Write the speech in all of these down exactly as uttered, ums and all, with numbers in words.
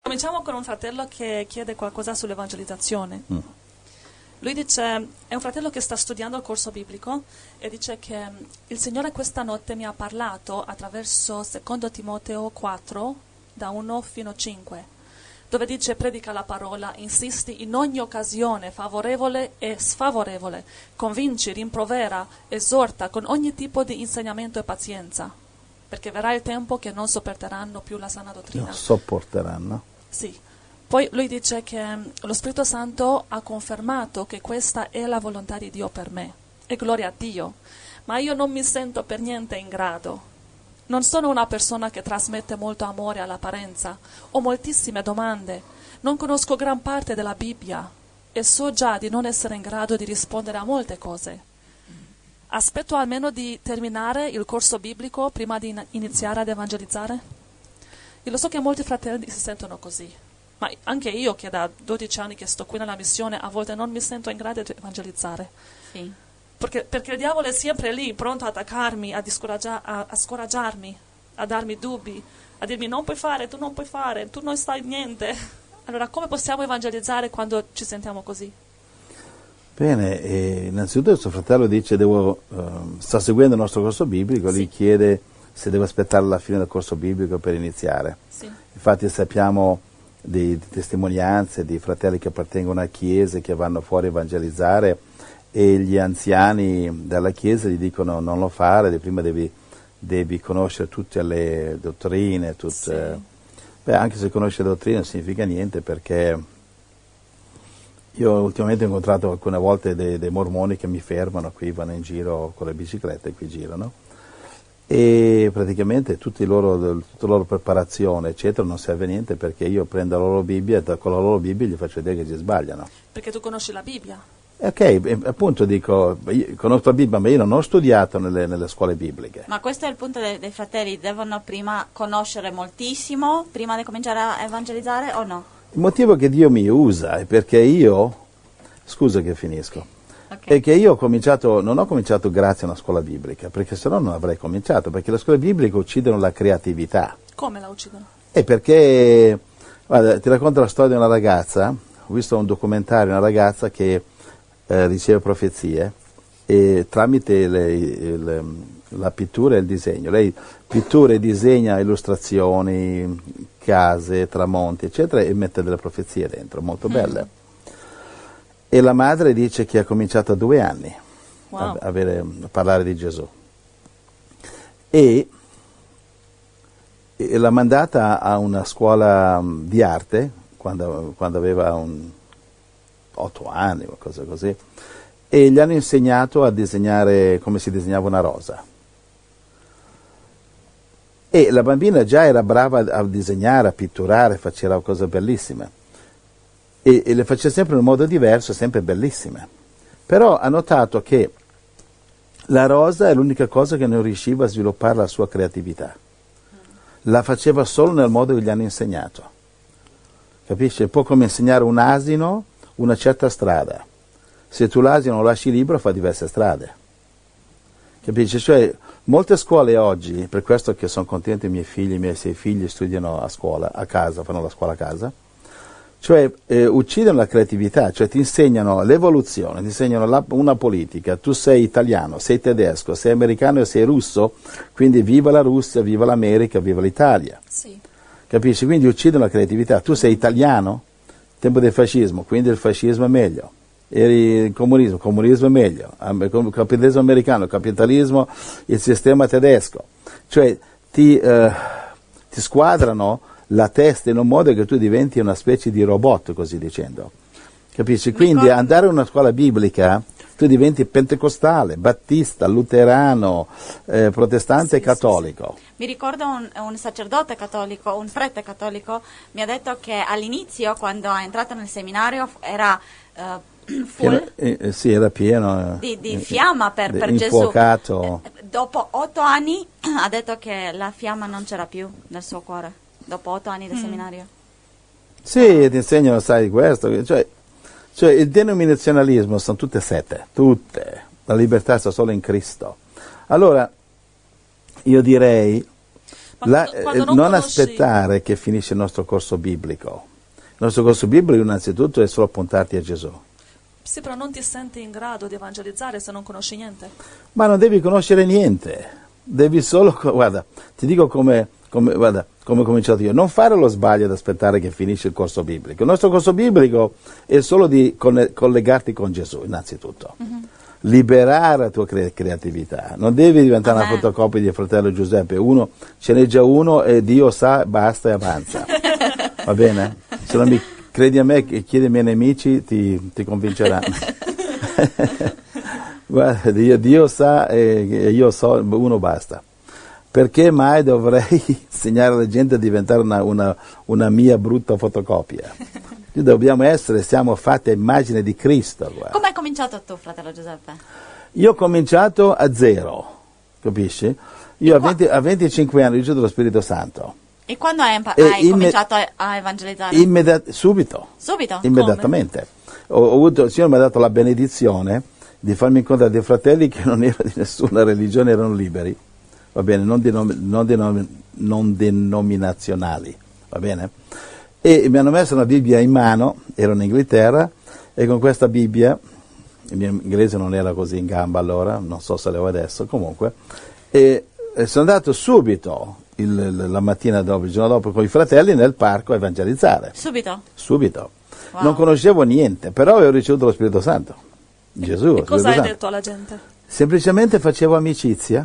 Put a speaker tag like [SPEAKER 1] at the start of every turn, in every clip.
[SPEAKER 1] Cominciamo con un fratello che chiede qualcosa sull'evangelizzazione.
[SPEAKER 2] Mm.
[SPEAKER 1] Lui dice, è un fratello che sta studiando il corso biblico e dice che il Signore questa notte mi ha parlato attraverso secondo Timoteo quattro, da uno fino a cinque, dove dice predica la parola, insisti in ogni occasione, favorevole e sfavorevole, convinci, rimprovera, esorta con ogni tipo di insegnamento e pazienza, perché verrà il tempo che non sopporteranno più la sana dottrina.
[SPEAKER 2] No, sopporteranno.
[SPEAKER 1] Sì. Poi lui dice che lo Spirito Santo ha confermato che questa è la volontà di Dio per me. E gloria a Dio. Ma io non mi sento per niente in grado. Non sono una persona che trasmette molto amore all'apparenza. Ho moltissime domande. Non conosco gran parte della Bibbia. E so già di non essere in grado di rispondere a molte cose. Aspetto almeno di terminare il corso biblico prima di in- iniziare ad evangelizzare? Io lo so che molti fratelli si sentono così. Ma anche io, che da dodici anni che sto qui nella missione, a volte non mi sento in grado di evangelizzare.
[SPEAKER 3] Sì.
[SPEAKER 1] Perché, perché il diavolo è sempre lì, pronto ad attaccarmi, a, discoraggia- a, a scoraggiarmi, a darmi dubbi, a dirmi non puoi fare, tu non puoi fare, tu non sai niente. Allora come possiamo evangelizzare quando ci sentiamo così?
[SPEAKER 2] Bene, e innanzitutto il suo fratello dice, devo, uh, sta seguendo il nostro corso biblico,
[SPEAKER 1] Sì.
[SPEAKER 2] gli chiede se deve aspettare la fine del corso biblico per iniziare.
[SPEAKER 1] Sì.
[SPEAKER 2] Infatti sappiamo di, di testimonianze di fratelli che appartengono a chiese che vanno fuori a evangelizzare e gli anziani della chiesa gli dicono non lo fare, di prima devi, devi conoscere tutte le dottrine, tutte,
[SPEAKER 1] Sì.
[SPEAKER 2] beh, anche se conosci le dottrine non significa niente, perché io ultimamente ho incontrato alcune volte dei, dei mormoni che mi fermano, qui vanno in giro con le biciclette, qui girano, e praticamente tutti loro, tutta la loro preparazione eccetera non serve a niente, perché io prendo la loro Bibbia e con la loro Bibbia gli faccio vedere che si sbagliano.
[SPEAKER 1] Perché tu conosci la Bibbia.
[SPEAKER 2] Ok, e appunto dico, io conosco la Bibbia, ma io non ho studiato nelle, nelle scuole bibliche.
[SPEAKER 3] Ma questo è il punto dei, dei fratelli, devono prima conoscere moltissimo prima di cominciare a evangelizzare o no?
[SPEAKER 2] Il motivo che Dio mi usa è perché io, scusa che finisco,
[SPEAKER 3] Okay.
[SPEAKER 2] è che io ho cominciato, non ho cominciato grazie a una scuola biblica, perché se no non avrei cominciato, perché le scuole bibliche uccidono la creatività.
[SPEAKER 1] Come la uccidono?
[SPEAKER 2] E perché, guarda, ti racconto la storia di una ragazza, ho visto un documentario, una ragazza che eh, riceve profezie e tramite le, le, la pittura e il disegno, lei pittura e disegna illustrazioni, case, tramonti eccetera e mette delle profezie dentro, molto belle. Mm. E la madre dice che ha cominciato a due anni
[SPEAKER 1] Wow.
[SPEAKER 2] a, avere, a parlare di Gesù e, e l'ha mandata a una scuola di arte quando, quando aveva un, otto anni o qualcosa così, e gli hanno insegnato a disegnare come si disegnava una rosa. E la bambina già era brava a disegnare, a pitturare, faceva cose bellissime. E, e le faceva sempre in un modo diverso, sempre bellissime. Però ha notato che la rosa è l'unica cosa che non riusciva a sviluppare la sua creatività. La faceva solo nel modo che gli hanno insegnato. Capisci? È un po' come insegnare un asino una certa strada. Se tu l'asino lo lasci libero fa diverse strade. Capisci? Cioè, molte scuole oggi, per questo che sono contento i miei figli, i miei sei figli studiano a scuola, a casa, fanno la scuola a casa, cioè eh, uccidono la creatività, cioè ti insegnano l'evoluzione, ti insegnano la, una politica, tu sei italiano, sei tedesco, sei americano e sei russo, quindi viva la Russia, viva l'America, viva l'Italia.
[SPEAKER 1] Sì.
[SPEAKER 2] Capisci? Quindi uccidono la creatività. Tu sei italiano, tempo del fascismo, quindi il fascismo è meglio. Eri il comunismo, il comunismo è meglio, il capitalismo americano, il capitalismo, il sistema tedesco. Cioè ti, eh, ti squadrano la testa in un modo che tu diventi una specie di robot, così dicendo. Capisci? Quindi andare a una scuola biblica, tu diventi pentecostale, battista, luterano, eh, protestante e
[SPEAKER 1] sì,
[SPEAKER 2] cattolico.
[SPEAKER 1] Sì, sì.
[SPEAKER 3] Mi ricordo un, un sacerdote cattolico, un prete cattolico, mi ha detto che all'inizio, quando è entrato nel seminario, era uh, full
[SPEAKER 2] era, eh, sì, era pieno
[SPEAKER 3] di, di
[SPEAKER 2] eh,
[SPEAKER 3] fiamma per, per Gesù.
[SPEAKER 2] Infuocato.
[SPEAKER 3] Eh, dopo otto anni ha detto che la fiamma non c'era più nel suo cuore, dopo otto anni di mm. seminario.
[SPEAKER 2] Sì, ti insegnano, sai, questo, cioè, cioè il denominazionalismo sono tutte sette, tutte, la libertà sta solo in Cristo. Allora, io direi La,
[SPEAKER 1] quando, quando
[SPEAKER 2] eh,
[SPEAKER 1] non,
[SPEAKER 2] non
[SPEAKER 1] conosci...
[SPEAKER 2] aspettare che finisce il nostro corso biblico. Il nostro corso biblico innanzitutto è solo puntarti a Gesù.
[SPEAKER 1] Sì, però non ti senti in grado di evangelizzare se non conosci niente.
[SPEAKER 2] Ma non devi conoscere niente, devi solo, guarda, ti dico come, come, guarda, come ho cominciato io, non fare lo sbaglio di aspettare che finisce il corso biblico. Il nostro corso biblico è solo di conne- collegarti con Gesù, innanzitutto. Mm-hmm. Liberare la tua cre- creatività, non devi diventare Amen. Una fotocopia di fratello Giuseppe, uno, ce n'è già uno e Dio sa, basta e avanza. Va bene? Se non mi credi a me, chiedi ai miei nemici, ti, ti convinceranno. Guarda, Dio, Dio sa e io so, uno basta. Perché mai dovrei insegnare alla gente a diventare una, una, una mia brutta fotocopia? Noi dobbiamo essere, siamo fatti a immagine di Cristo.
[SPEAKER 3] Come hai cominciato tu, fratello Giuseppe?
[SPEAKER 2] Io ho cominciato a zero, capisci? Io a, venti, a venticinque anni ho ricevuto lo Spirito Santo.
[SPEAKER 3] E quando hai, impa- hai imme- cominciato a, a evangelizzare?
[SPEAKER 2] Immediat- subito.
[SPEAKER 3] Subito?
[SPEAKER 2] Immediatamente. Ho, ho avuto, il Signore mi ha dato la benedizione di farmi incontrare dei fratelli che non erano di nessuna religione, erano liberi, va bene, non, denom- non, denom- non denominazionali, va bene? E mi hanno messo una Bibbia in mano, ero in Inghilterra, e con questa Bibbia, il mio inglese non era così in gamba allora, non so se l'avevo adesso, comunque, e, e sono andato subito, il, la mattina dopo, il giorno dopo, con i fratelli nel parco a evangelizzare.
[SPEAKER 3] Subito?
[SPEAKER 2] Subito.
[SPEAKER 3] Wow.
[SPEAKER 2] Non conoscevo niente, però avevo ricevuto lo Spirito Santo. Gesù.
[SPEAKER 1] E cosa hai Santo. detto alla gente?
[SPEAKER 2] Semplicemente facevo amicizia.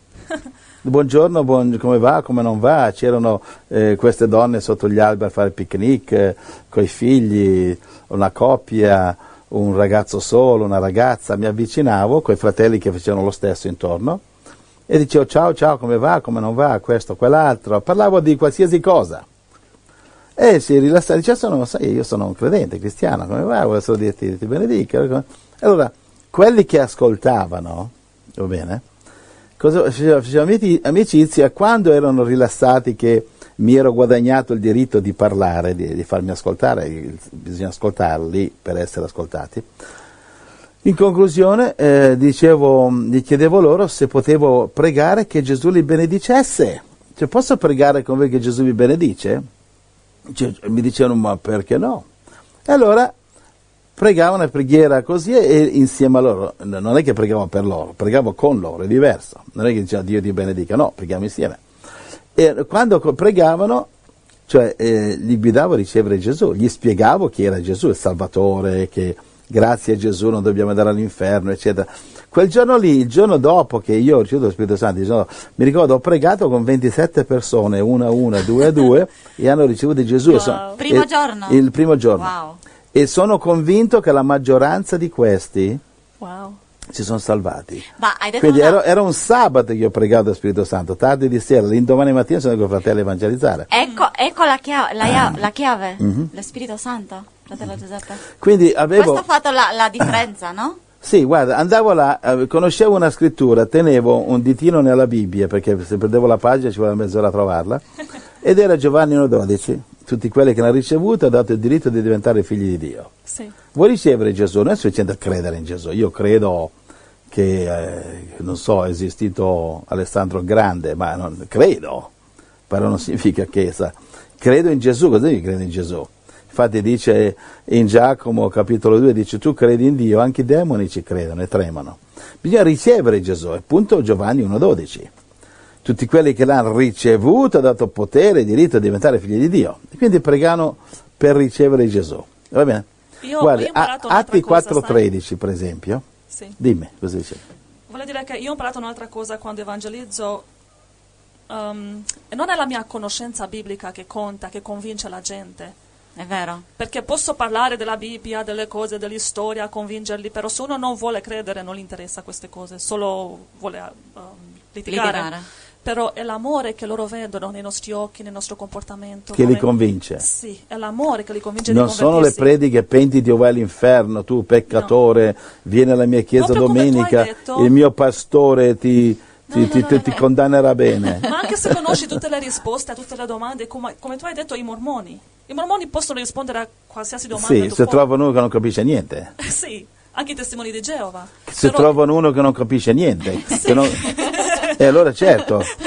[SPEAKER 2] Buongiorno, buon, come va, come non va? C'erano eh, queste donne sotto gli alberi a fare picnic, eh, coi figli, una coppia, un ragazzo solo, una ragazza. Mi avvicinavo coi fratelli che facevano lo stesso intorno e dicevo ciao, ciao, come va, come non va, questo, quell'altro. Parlavo di qualsiasi cosa. E si rilassava, diceva, sono, sai, io sono un credente cristiano, come va? Voglio solo dirti, ti benedica. Allora, quelli che ascoltavano, va bene? Cosa, facevamo amicizia quando erano rilassati che mi ero guadagnato il diritto di parlare, di, di farmi ascoltare, bisogna ascoltarli per essere ascoltati. In conclusione eh, dicevo, gli chiedevo loro se potevo pregare che Gesù li benedicesse. Cioè, posso pregare con voi che Gesù vi benedice? Cioè, mi dicevano, ma perché no? E allora pregavo una preghiera così e insieme a loro, non è che pregavo per loro, pregavo con loro, è diverso, non è che dicevano Dio ti benedica, no, preghiamo insieme. E quando pregavano, cioè eh, gli guidavo a ricevere Gesù, gli spiegavo chi era Gesù, il Salvatore, che grazie a Gesù non dobbiamo andare all'inferno, eccetera. Quel giorno lì, il giorno dopo che io ho ricevuto lo Spirito Santo, il giorno, mi ricordo, ho pregato con ventisette persone, una a una, due a due, e hanno ricevuto Gesù.
[SPEAKER 3] Wow.
[SPEAKER 2] Sono,
[SPEAKER 3] primo
[SPEAKER 2] e,
[SPEAKER 3] giorno?
[SPEAKER 2] Il primo giorno.
[SPEAKER 3] Wow.
[SPEAKER 2] E sono convinto che la maggioranza di questi
[SPEAKER 1] wow.
[SPEAKER 2] si sono salvati.
[SPEAKER 3] Ma hai detto
[SPEAKER 2] Quindi
[SPEAKER 3] una...
[SPEAKER 2] era, era un sabato che ho pregato lo Spirito Santo, tardi di sera, l'indomani mattina sono con i fratelli a evangelizzare.
[SPEAKER 3] Ecco, ecco la chiave, la, la chiave mm-hmm. lo Spirito Santo, fratello Giuseppe.
[SPEAKER 2] Quindi avevo...
[SPEAKER 3] Questo ha fatto la, la differenza, no?
[SPEAKER 2] Sì, guarda, andavo là, eh, conoscevo una scrittura, tenevo un ditino nella Bibbia, perché se perdevo la pagina ci voleva mezz'ora a trovarla, ed era Giovanni uno dodici. Tutti quelli che l'hanno ricevuto ha dato il diritto di diventare figli di Dio.
[SPEAKER 1] Sì.
[SPEAKER 2] Vuoi ricevere Gesù? Non è sufficiente credere in Gesù. Io credo che, eh, non so, è esistito Alessandro il Grande, ma non, credo, però non significa che sa. Credo in Gesù, cosa devi credere in Gesù? Infatti dice in Giacomo capitolo due, dice tu credi in Dio, anche i demoni ci credono e tremano. Bisogna ricevere Gesù, appunto Giovanni uno dodici. Tutti quelli che l'hanno ricevuto ha dato potere e diritto a diventare figli di Dio. E quindi pregano per ricevere Gesù. Va bene?
[SPEAKER 1] Io,
[SPEAKER 2] Guarda,
[SPEAKER 1] io ho imparato
[SPEAKER 2] a, Atti quattro
[SPEAKER 1] cosa,
[SPEAKER 2] tredici, per esempio.
[SPEAKER 1] Sì.
[SPEAKER 2] Dimmi, cosa dice?
[SPEAKER 1] Voglio dire che io ho imparato un'altra cosa quando evangelizzo. Um, e non è la mia conoscenza biblica che conta, che convince la gente.
[SPEAKER 3] È vero.
[SPEAKER 1] Perché posso parlare della Bibbia, delle cose, dell'istoria, convincerli, però se uno non vuole credere non gli interessa queste cose, solo vuole um, litigare. litigare. Però è l'amore che loro vedono nei nostri occhi, nel nostro comportamento.
[SPEAKER 2] Che
[SPEAKER 1] come...
[SPEAKER 2] li convince.
[SPEAKER 1] Sì, è l'amore che li convince
[SPEAKER 2] non
[SPEAKER 1] di convertirsi.
[SPEAKER 2] Non sono le prediche, pentiti o vai all'inferno, tu peccatore, no. Vieni alla mia chiesa proprio domenica, detto... il mio pastore ti... No, ti, no, ti, no, ti, no, ti condannerà bene.
[SPEAKER 1] Ma anche se conosci tutte le risposte a tutte le domande, come, come tu hai detto, i mormoni. I mormoni possono rispondere a qualsiasi domanda.
[SPEAKER 2] Sì, se trovano uno che non capisce niente.
[SPEAKER 1] Sì, anche i testimoni di Geova.
[SPEAKER 2] Se
[SPEAKER 1] Però...
[SPEAKER 2] trovano uno che non capisce niente.
[SPEAKER 1] Sì.
[SPEAKER 2] Che non... E allora certo.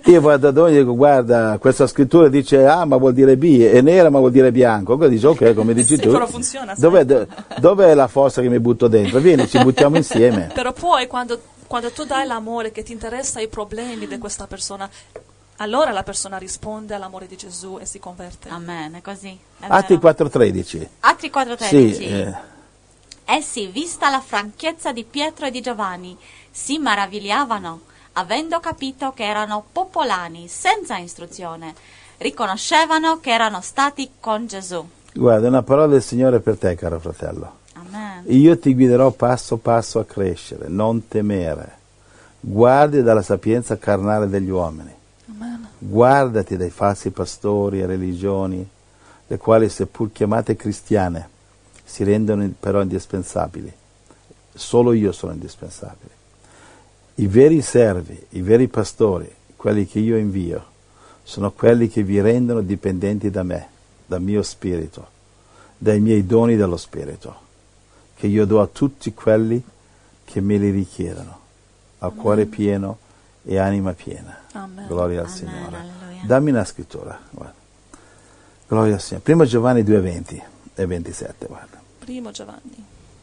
[SPEAKER 2] Io vado da ogni e dico, guarda, questa scrittura dice A ma vuol dire B, è nera ma vuol dire bianco. Quello dice, ok, come dici
[SPEAKER 1] sì,
[SPEAKER 2] tu.
[SPEAKER 1] però funziona.
[SPEAKER 2] Dov'è, dov'è la forza che mi butto dentro? Vieni, ci buttiamo insieme.
[SPEAKER 1] Però poi quando, quando tu dai l'amore, che ti interessa i problemi di questa persona, allora la persona risponde all'amore di Gesù e si converte.
[SPEAKER 3] Amen, è così. È
[SPEAKER 2] Atti quattro tredici.
[SPEAKER 3] Atti quattro tredici.
[SPEAKER 2] Sì, eh.
[SPEAKER 3] Essi, vista la franchezza di Pietro e di Giovanni, si meravigliavano, avendo capito che erano popolani, senza istruzione. Riconoscevano che erano stati con Gesù.
[SPEAKER 2] Guarda, una parola del Signore per te, caro fratello.
[SPEAKER 3] Amen.
[SPEAKER 2] Io ti guiderò passo passo a crescere, non temere. Guardi dalla sapienza carnale degli uomini.
[SPEAKER 1] Amen.
[SPEAKER 2] Guardati dai falsi pastori e religioni, le quali, seppur chiamate cristiane, si rendono però indispensabili. Solo io sono indispensabile. I veri servi, i veri pastori, quelli che io invio, sono quelli che vi rendono dipendenti da me, dal mio spirito, dai miei doni dello spirito, che io do a tutti quelli che me li richiedono, a
[SPEAKER 1] Amen.
[SPEAKER 2] Cuore pieno e anima piena.
[SPEAKER 1] Amen.
[SPEAKER 2] Gloria al
[SPEAKER 3] Amen,
[SPEAKER 2] Signore.
[SPEAKER 3] alleluia.
[SPEAKER 2] Dammi una scrittura. Guarda. Gloria al Signore. Primo Giovanni due, venti e ventisette. Guarda.
[SPEAKER 1] Primo Giovanni.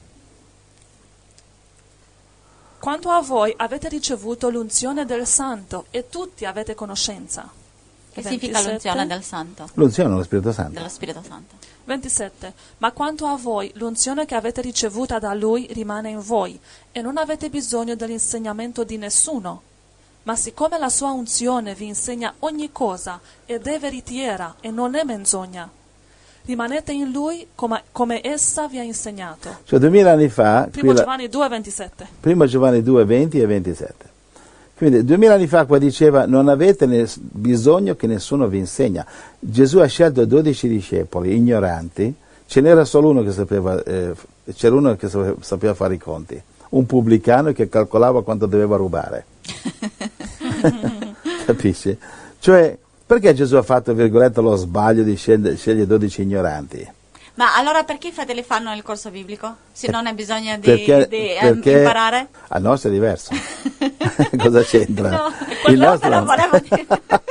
[SPEAKER 1] Quanto a voi avete ricevuto l'unzione del Santo e tutti avete conoscenza.
[SPEAKER 3] Che significa l'unzione del Santo?
[SPEAKER 2] L'unzione dello Spirito Santo.
[SPEAKER 3] Dello Spirito Santo.
[SPEAKER 1] ventisette. Ma quanto a voi, l'unzione che avete ricevuta da Lui rimane in voi, e non avete bisogno dell'insegnamento di nessuno. Ma siccome la sua unzione vi insegna ogni cosa, ed è veritiera e non è menzogna, rimanete in Lui come, come essa vi ha insegnato.
[SPEAKER 2] Cioè duemila anni fa,
[SPEAKER 1] Primo
[SPEAKER 2] qui la-
[SPEAKER 1] Giovanni due, ventisette.
[SPEAKER 2] Primo Giovanni due, venti e ventisette. Quindi duemila anni fa qua diceva non avete nes- bisogno che nessuno vi insegna. Gesù ha scelto dodici discepoli ignoranti, ce n'era solo uno che sapeva, eh, c'era uno che sapeva, sapeva fare i conti, un pubblicano che calcolava quanto doveva rubare. Capisci? Cioè, perché Gesù ha fatto, virgolette, lo sbaglio di scegliere, scegliere dodici ignoranti?
[SPEAKER 3] Ma allora perché i fratelli fanno il corso biblico? Se non hai bisogno di,
[SPEAKER 2] Perché,
[SPEAKER 3] di, ehm,
[SPEAKER 2] perché
[SPEAKER 3] imparare?
[SPEAKER 2] al nostro è diverso. Cosa c'entra?
[SPEAKER 3] No,
[SPEAKER 2] Il
[SPEAKER 3] quello
[SPEAKER 2] nostro,
[SPEAKER 3] però volevo dire.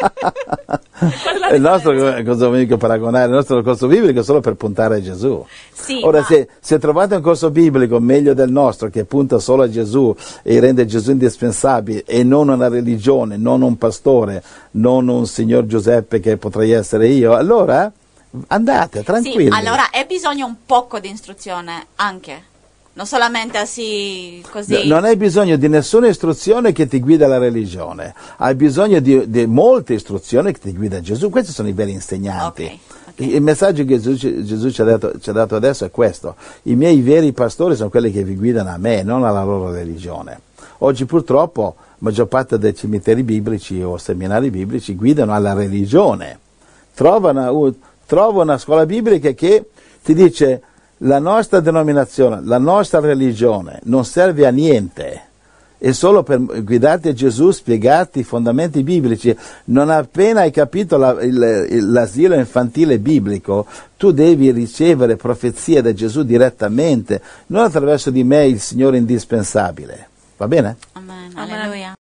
[SPEAKER 2] il nostro cosa voglio paragonare? Il nostro corso biblico è solo per puntare a Gesù.
[SPEAKER 3] Sì,
[SPEAKER 2] Ora,
[SPEAKER 3] ma-
[SPEAKER 2] se, se trovate un corso biblico meglio del nostro, che punta solo a Gesù e rende Gesù indispensabile, e non una religione, non un pastore, non un signor Giuseppe che potrei essere io, allora andate tranquilli.
[SPEAKER 3] Sì, allora è bisogno un poco di istruzione anche, non solamente così, così.
[SPEAKER 2] Non hai bisogno di nessuna istruzione che ti guida alla religione, hai bisogno di, di molte istruzioni che ti guida a Gesù. Questi sono i veri insegnanti.
[SPEAKER 3] Ok, ok.
[SPEAKER 2] Il messaggio che Gesù, ci- Gesù ci, ha dato, ci ha dato adesso è questo: i miei veri pastori sono quelli che vi guidano a me, non alla loro religione. Oggi purtroppo la maggior parte dei cimiteri biblici o seminari biblici guidano alla religione. Trovano, trova una scuola biblica che ti dice: la nostra denominazione, la nostra religione non serve a niente, è solo per guidarti a Gesù, spiegarti i fondamenti biblici. Non appena hai capito la, il, il, l'asilo infantile biblico, tu devi ricevere profezie da Gesù direttamente, non attraverso di me, il Signore indispensabile. Va bene?
[SPEAKER 3] Amen,
[SPEAKER 1] Amen.
[SPEAKER 3] alleluia.